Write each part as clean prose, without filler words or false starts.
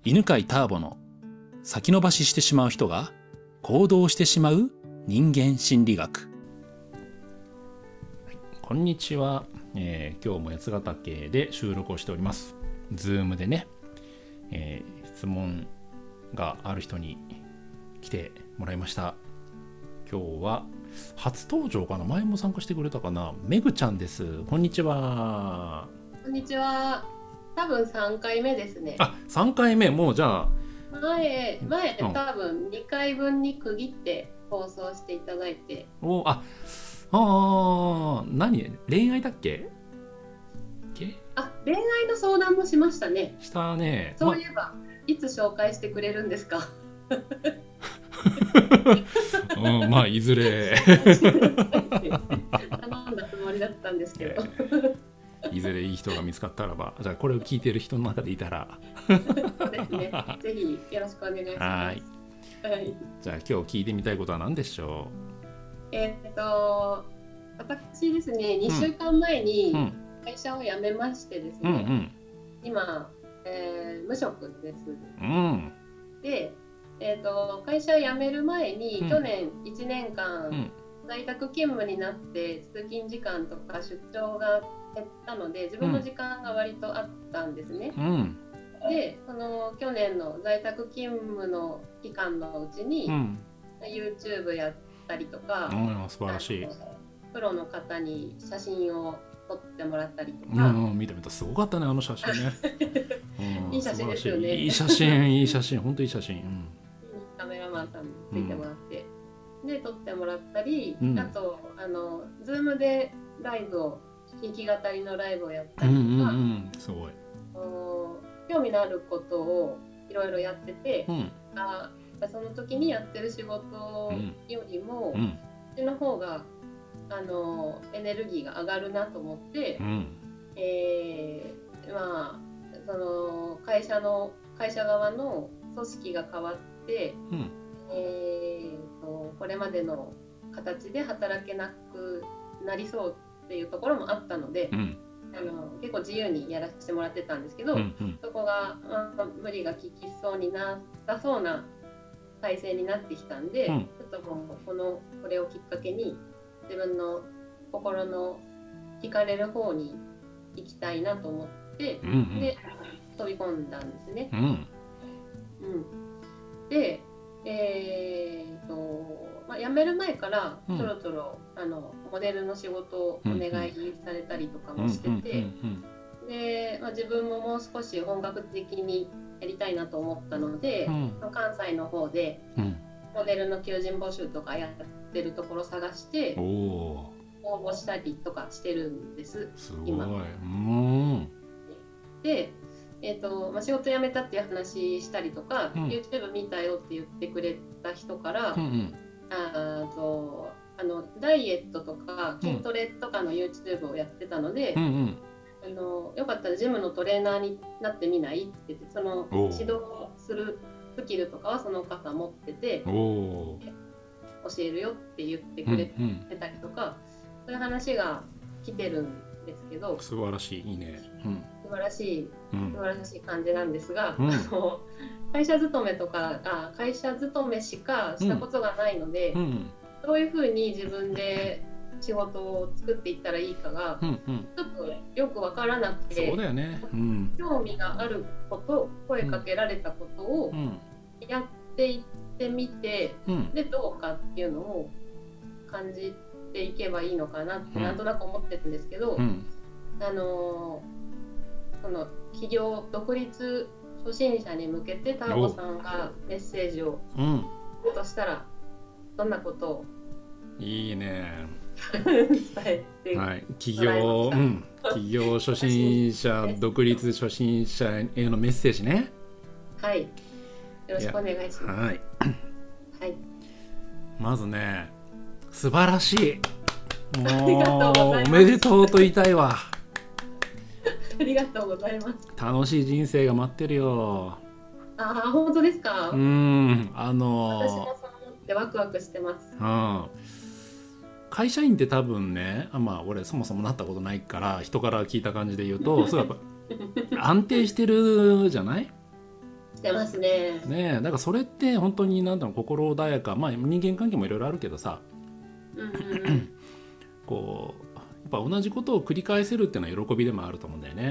犬飼ターボの先延ばししてしまう人が行動してしまう人間心理学。こんにちは、今日も八ヶ岳で収録をしております。ズームでね、質問がある人に来てもらいました。今日は初登場かな、前も参加してくれたかな、めぐちゃんです。こんにちは。 こんにちは。多分3回目ですね。 あ、3回目。もうじゃあ前多分2回分に区切って放送していただいて。 何恋愛だっけ？ 恋愛の相談もしましたね。 したね。 そういえば、いつ紹介してくれるんですか？ まあいずれ頼んだつもりだったんですけど、 いずれいい人が見つかったらば、じゃあこれを聞いてる人の中でいたらそうですね、ぜひよろしくお願いします。 はい、じゃあ今日聞いてみたいことは何でしょう？私ですね、2週間前に会社を辞めましてですね、今、無職です。で、会社を辞める前に、去年1年間、在宅勤務になって通勤時間とか出張が減ったので、自分の時間が割とあったんですね。で、その去年の在宅勤務の期間のうちに、YouTube やったりとか、 素晴らしい。 プロの方に写真を撮ってもらったりとか、 見たすごかったね、あの写真ね。 いい写真ですよね。 いい写真、本当いい写真。 カメラマンさんについてもらって、で撮ってもらったり、あとZoom でライブを、弾き語りのライブをやったりとか、 すごい興味のあることをいろいろやってて、その時にやってる仕事よりも、こっちの方がエネルギーが上がるなと思って、その会社側の組織が変わって、これまでの形で働けなくなりそうっていうところもあったので、結構自由にやらせてもらってたんですけど、そこが、無理が効きそうになったそうな体制になってきたんで、ちょっともうこれをきっかけに自分の心の惹かれる方に行きたいなと思って、で飛び込んだんですね。で、辞める前からちょろちょろモデルの仕事をお願いされたりとかもしてて、で、自分ももう少し本格的にやりたいなと思ったので、関西の方でモデルの求人募集とかやってるところ探して応募したりとかしてるんです。 すごい。 今で、仕事辞めたっていう話したりとか、YouTube 見たよって言ってくれた人から、ダイエットとか筋トレとかの YouTube をやってたので、よかったらジムのトレーナーになってみないって言って、その指導するスキルとかはその方持ってて、教えるよって言ってくれてたりとか、そういう話が来てるんですけど、 素晴らしい、いいね。 素晴らしい感じなんですが、会社勤めしかしたことがないので、どういうふうに自分で仕事を作っていったらいいかが、ちょっとよく分からなくて、 そうだよね。 興味があること、声かけられたことをやっていってみて、でどうかっていうのを感じていけばいいのかなってなんとなく思ってるんですけど、その企業独立初心者に向けてターボさんがメッセージをとしたらどんなことをいいね伝えてもらいました。 企業初心者独立初心者へのメッセージね。 はい、よろしくお願いします。はい、 まずね、素晴らしい。 もうおめでとうと言いたいわ。 ありがとうございます。 楽しい人生が待ってるよ。 本当ですか？私もそう思ってワクワクしてます。 会社員って多分ね、俺そもそもなったことないから人から聞いた感じで言うと、そうやっぱ安定してるじゃない？ してますね。 ねえ、だからそれって本当になんだろう、心穏やか、まあ人間関係もいろいろあるけどさ、こうやっぱ同じことを繰り返せるっていうのは喜びでもあると思うんだよね。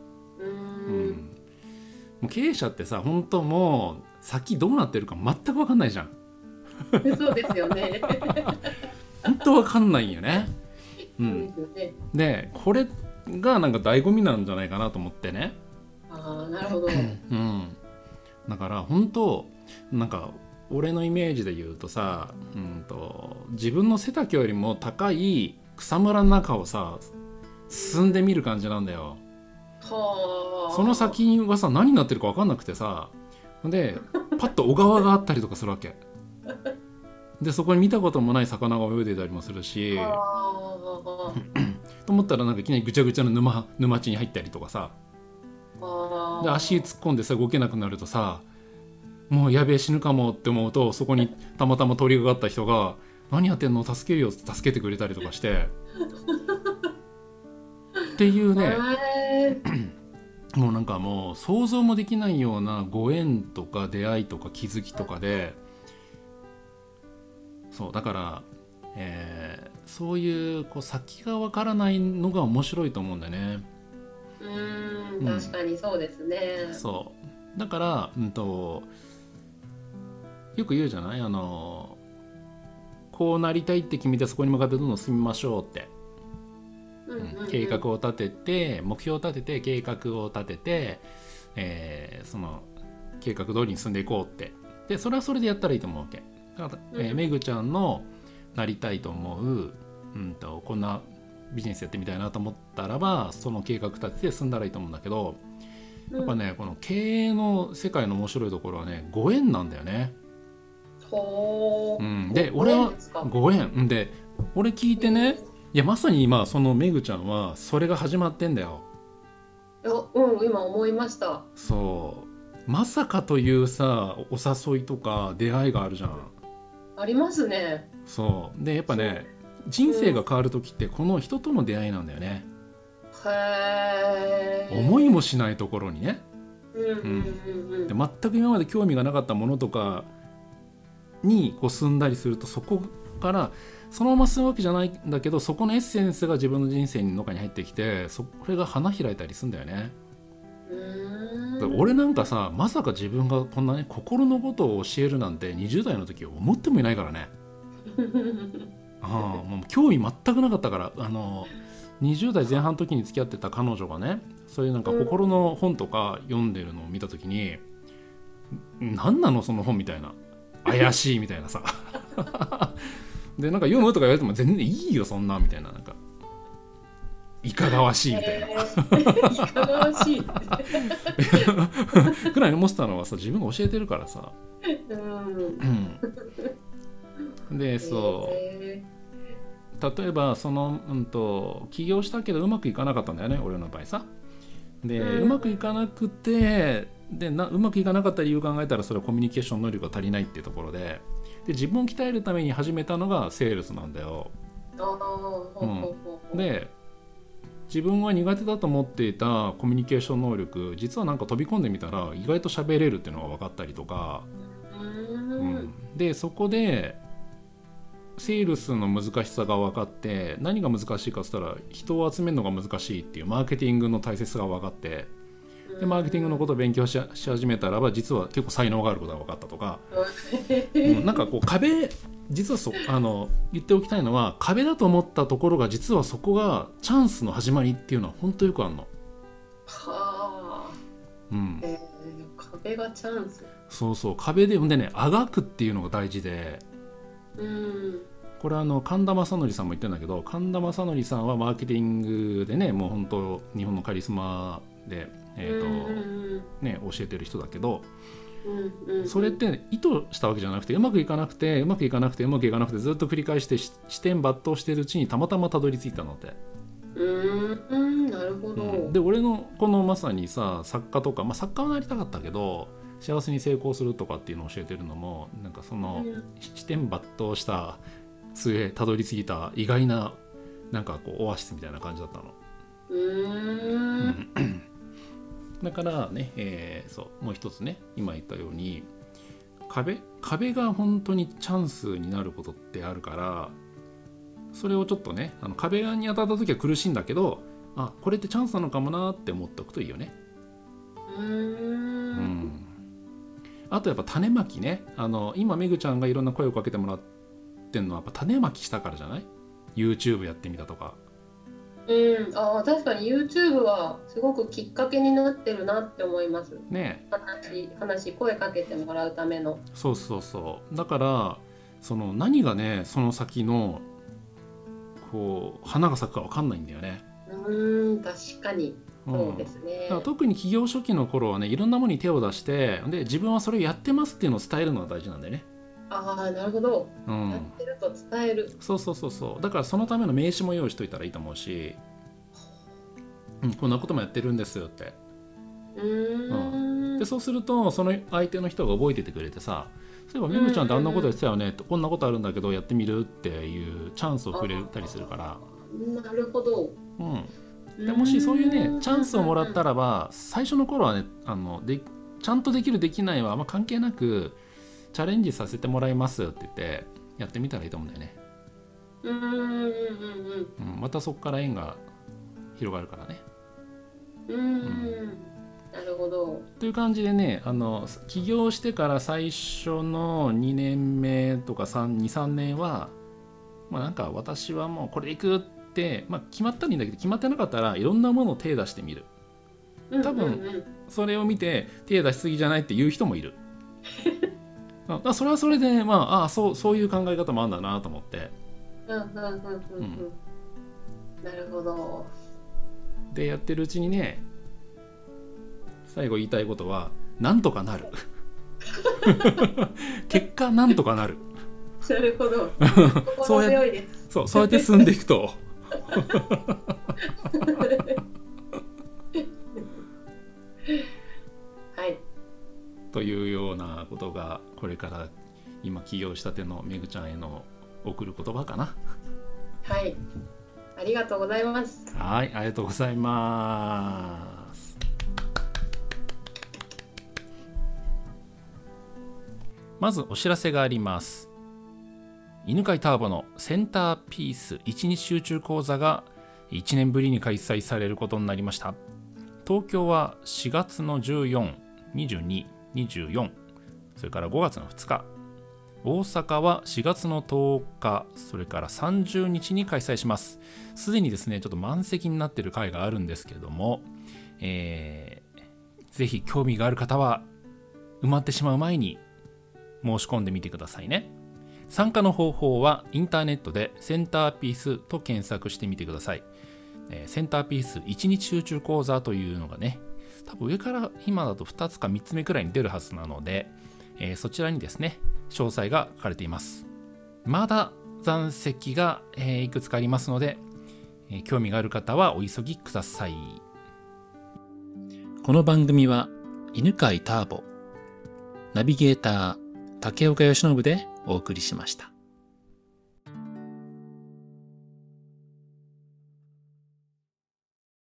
もう経営者ってさ、本当もう先どうなってるか全く分かんないじゃん。 そうですよね。 本当分かんないよね。でこれがなんか醍醐味なんじゃないかなと思ってね。 ああ、なるほど。 だから本当なんか俺のイメージで言うとさ、自分の背丈よりも高い草むらの中をさ進んでみる感じなんだよ。その先はさ何になってるか分かんなくてさ、でパッと小川があったりとかするわけで、そこに見たこともない魚が泳いでたりもするしと思ったらなんかいきなりぐちゃぐちゃの沼地に入ったりとかさ、で足突っ込んでさ動けなくなるとさ、もうやべえ死ぬかもって思うと、そこにたまたま通りかかった人が何やってんの助けるよって助けてくれたりとかしてっていうねもうなんかもう想像もできないようなご縁とか出会いとか気づきとかで、そうだから、そういうこう先がわからないのが面白いと思うんだよね。 確かにそうですね。 そうだから、よく言うじゃない、こうなりたいって決めてそこに向かってどんどん進みましょうって、計画を立てて目標を立てて計画を立てて、その計画通りに進んでいこうって、でそれはそれでやったらいいと思うわけだから、めぐちゃんのなりたいと思う、こんなビジネスやってみたいなと思ったらばその計画立てて進んだらいいと思うんだけど、やっぱねこの経営の世界の面白いところはねご縁なんだよね。で俺はご縁で俺聞いてね、いやまさに今そのめぐちゃんはそれが始まってんだよ。 今思いました。 そうまさかというさお誘いとか出会いがあるじゃん。 ありますね。 そうでやっぱね人生が変わる時ってこの人との出会いなんだよね。思いもしないところにね、で全く今まで興味がなかったものとかにこう進んだりすると、そこからそのまま進むわけじゃないんだけど、そこのエッセンスが自分の人生の中に入ってきて、それが花開いたりするんだよね。俺なんかさまさか自分がこんなね心のことを教えるなんて20代の時は思ってもいないからねもう興味全くなかったから、20代前半の時に付き合ってた彼女がねそういうなんか心の本とか読んでるのを見た時に、何なのその本みたいな、怪しいみたいなさでなんか読むとか言われても全然いいよそんなみたいな、なんかいかがわしいみたいな、 いかがわしいくらいに思ってたのはさ、自分が教えてるからさ、でそう例えばその、起業したけどうまくいかなかったんだよね俺の場合さ。で、うまくいかなくてうまくいかなかった理由を考えたらそれはコミュニケーション能力が足りないっていうところで、自分を鍛えるために始めたのがセールスなんだよ。で自分は苦手だと思っていたコミュニケーション能力、実はなんか飛び込んでみたら意外と喋れるっていうのが分かったりとか、でそこでセールスの難しさが分かって、何が難しいかって言ったら人を集めるのが難しいっていうマーケティングの大切さが分かって、でマーケティングのことを勉強し始めたらば実は結構才能があることが分かったとかなんかこう壁、実は言っておきたいのは、壁だと思ったところが実はそこがチャンスの始まりっていうのは本当よくあるの。 壁がチャンス。 そう壁でねあがくっていうのが大事で、これ神田正則さんも言ってるんだけど、神田正則さんはマーケティングでねもう本当日本のカリスマで、教えてる人だけど、それって、意図したわけじゃなくてうまくいかなくてずっと繰り返して視点抜刀してるうちにたまたまたどり着いたので。 なるほど。 で俺のこのまさにさ作家とか、作家はなりたかったけど幸せに成功するとかっていうのを教えてるのもなんかその視点抜刀した末たどり着いた意外ななんかこうオアシスみたいな感じだったの。 だからね、そうもう一つね、今言ったように壁が本当にチャンスになることってあるから、それをちょっとね、壁側に当たった時は苦しいんだけど、これってチャンスなのかもなって思っておくといいよね。あとやっぱ種まきね、今めぐちゃんがいろんな声をかけてもらってんのはやっぱ種まきしたからじゃない？ YouTube やってみたとか。 確かに YouTube はすごくきっかけになってるなって思いますね。 声かけてもらうための。 そうだから何がね、その先のこう花が咲くか分かんないんだよね。 確かにそうですね。 だから特に起業初期の頃はね、いろんなものに手を出してで自分はそれをやってますっていうのを伝えるのが大事なんだよね。 なるほど、やってると伝える。 そうだからそのための名刺も用意しといたらいいと思うし、こんなこともやってるんですよって。でそうするとその相手の人が覚えててくれてさ、そういえばめぐちゃんってあんなことやってたよねって、こんなことあるんだけどやってみるっていうチャンスをくれたりするから。 なるほど。 でもしそういうねチャンスをもらったらば、最初の頃はねちゃんとできるできないは関係なくチャレンジさせてもらいますって言ってやってみたらいいと思うんだよね。またそこから縁が広がるからね。 なるほど。 という感じでね、起業してから最初の2年目とか2,3年はなんか私はもうこれでいくって、決まったらいいんだけど、決まってなかったらいろんなものを手出してみる。多分それを見て手出しすぎじゃないって言う人もいる。それはそれでそういう考え方もあるんだなと思って。なるほど。 でやってるうちにね、最後言いたいことはなんとかなる。結果なんとかなる。 なるほど。心強いです。 そうやって進んでいくと。 はい。 というようなことがこれから今起業したてのめぐちゃんへの送る言葉かな。 はい。ありがとうございます。 はい、ありがとうございます。まずお知らせがあります。犬飼ターボのセンターピース1日集中講座が1年ぶりに開催されることになりました。東京は4月の14、22、24、それから5月の2日、大阪は4月の10日、それから30日に開催します。すでにですね、ちょっと満席になっている回があるんですけれども、ぜひ興味がある方は埋まってしまう前に申し込んでみてくださいね。参加の方法はインターネットでセンターピースと検索してみてください。センターピース1日集中講座というのがね、多分上から今だと2つか3つ目くらいに出るはずなので、そちらにですね詳細が書かれています。まだ残席が、いくつかありますので、興味がある方はお急ぎください。この番組は犬飼ターボ、ナビゲーター竹岡由伸でお送りしました。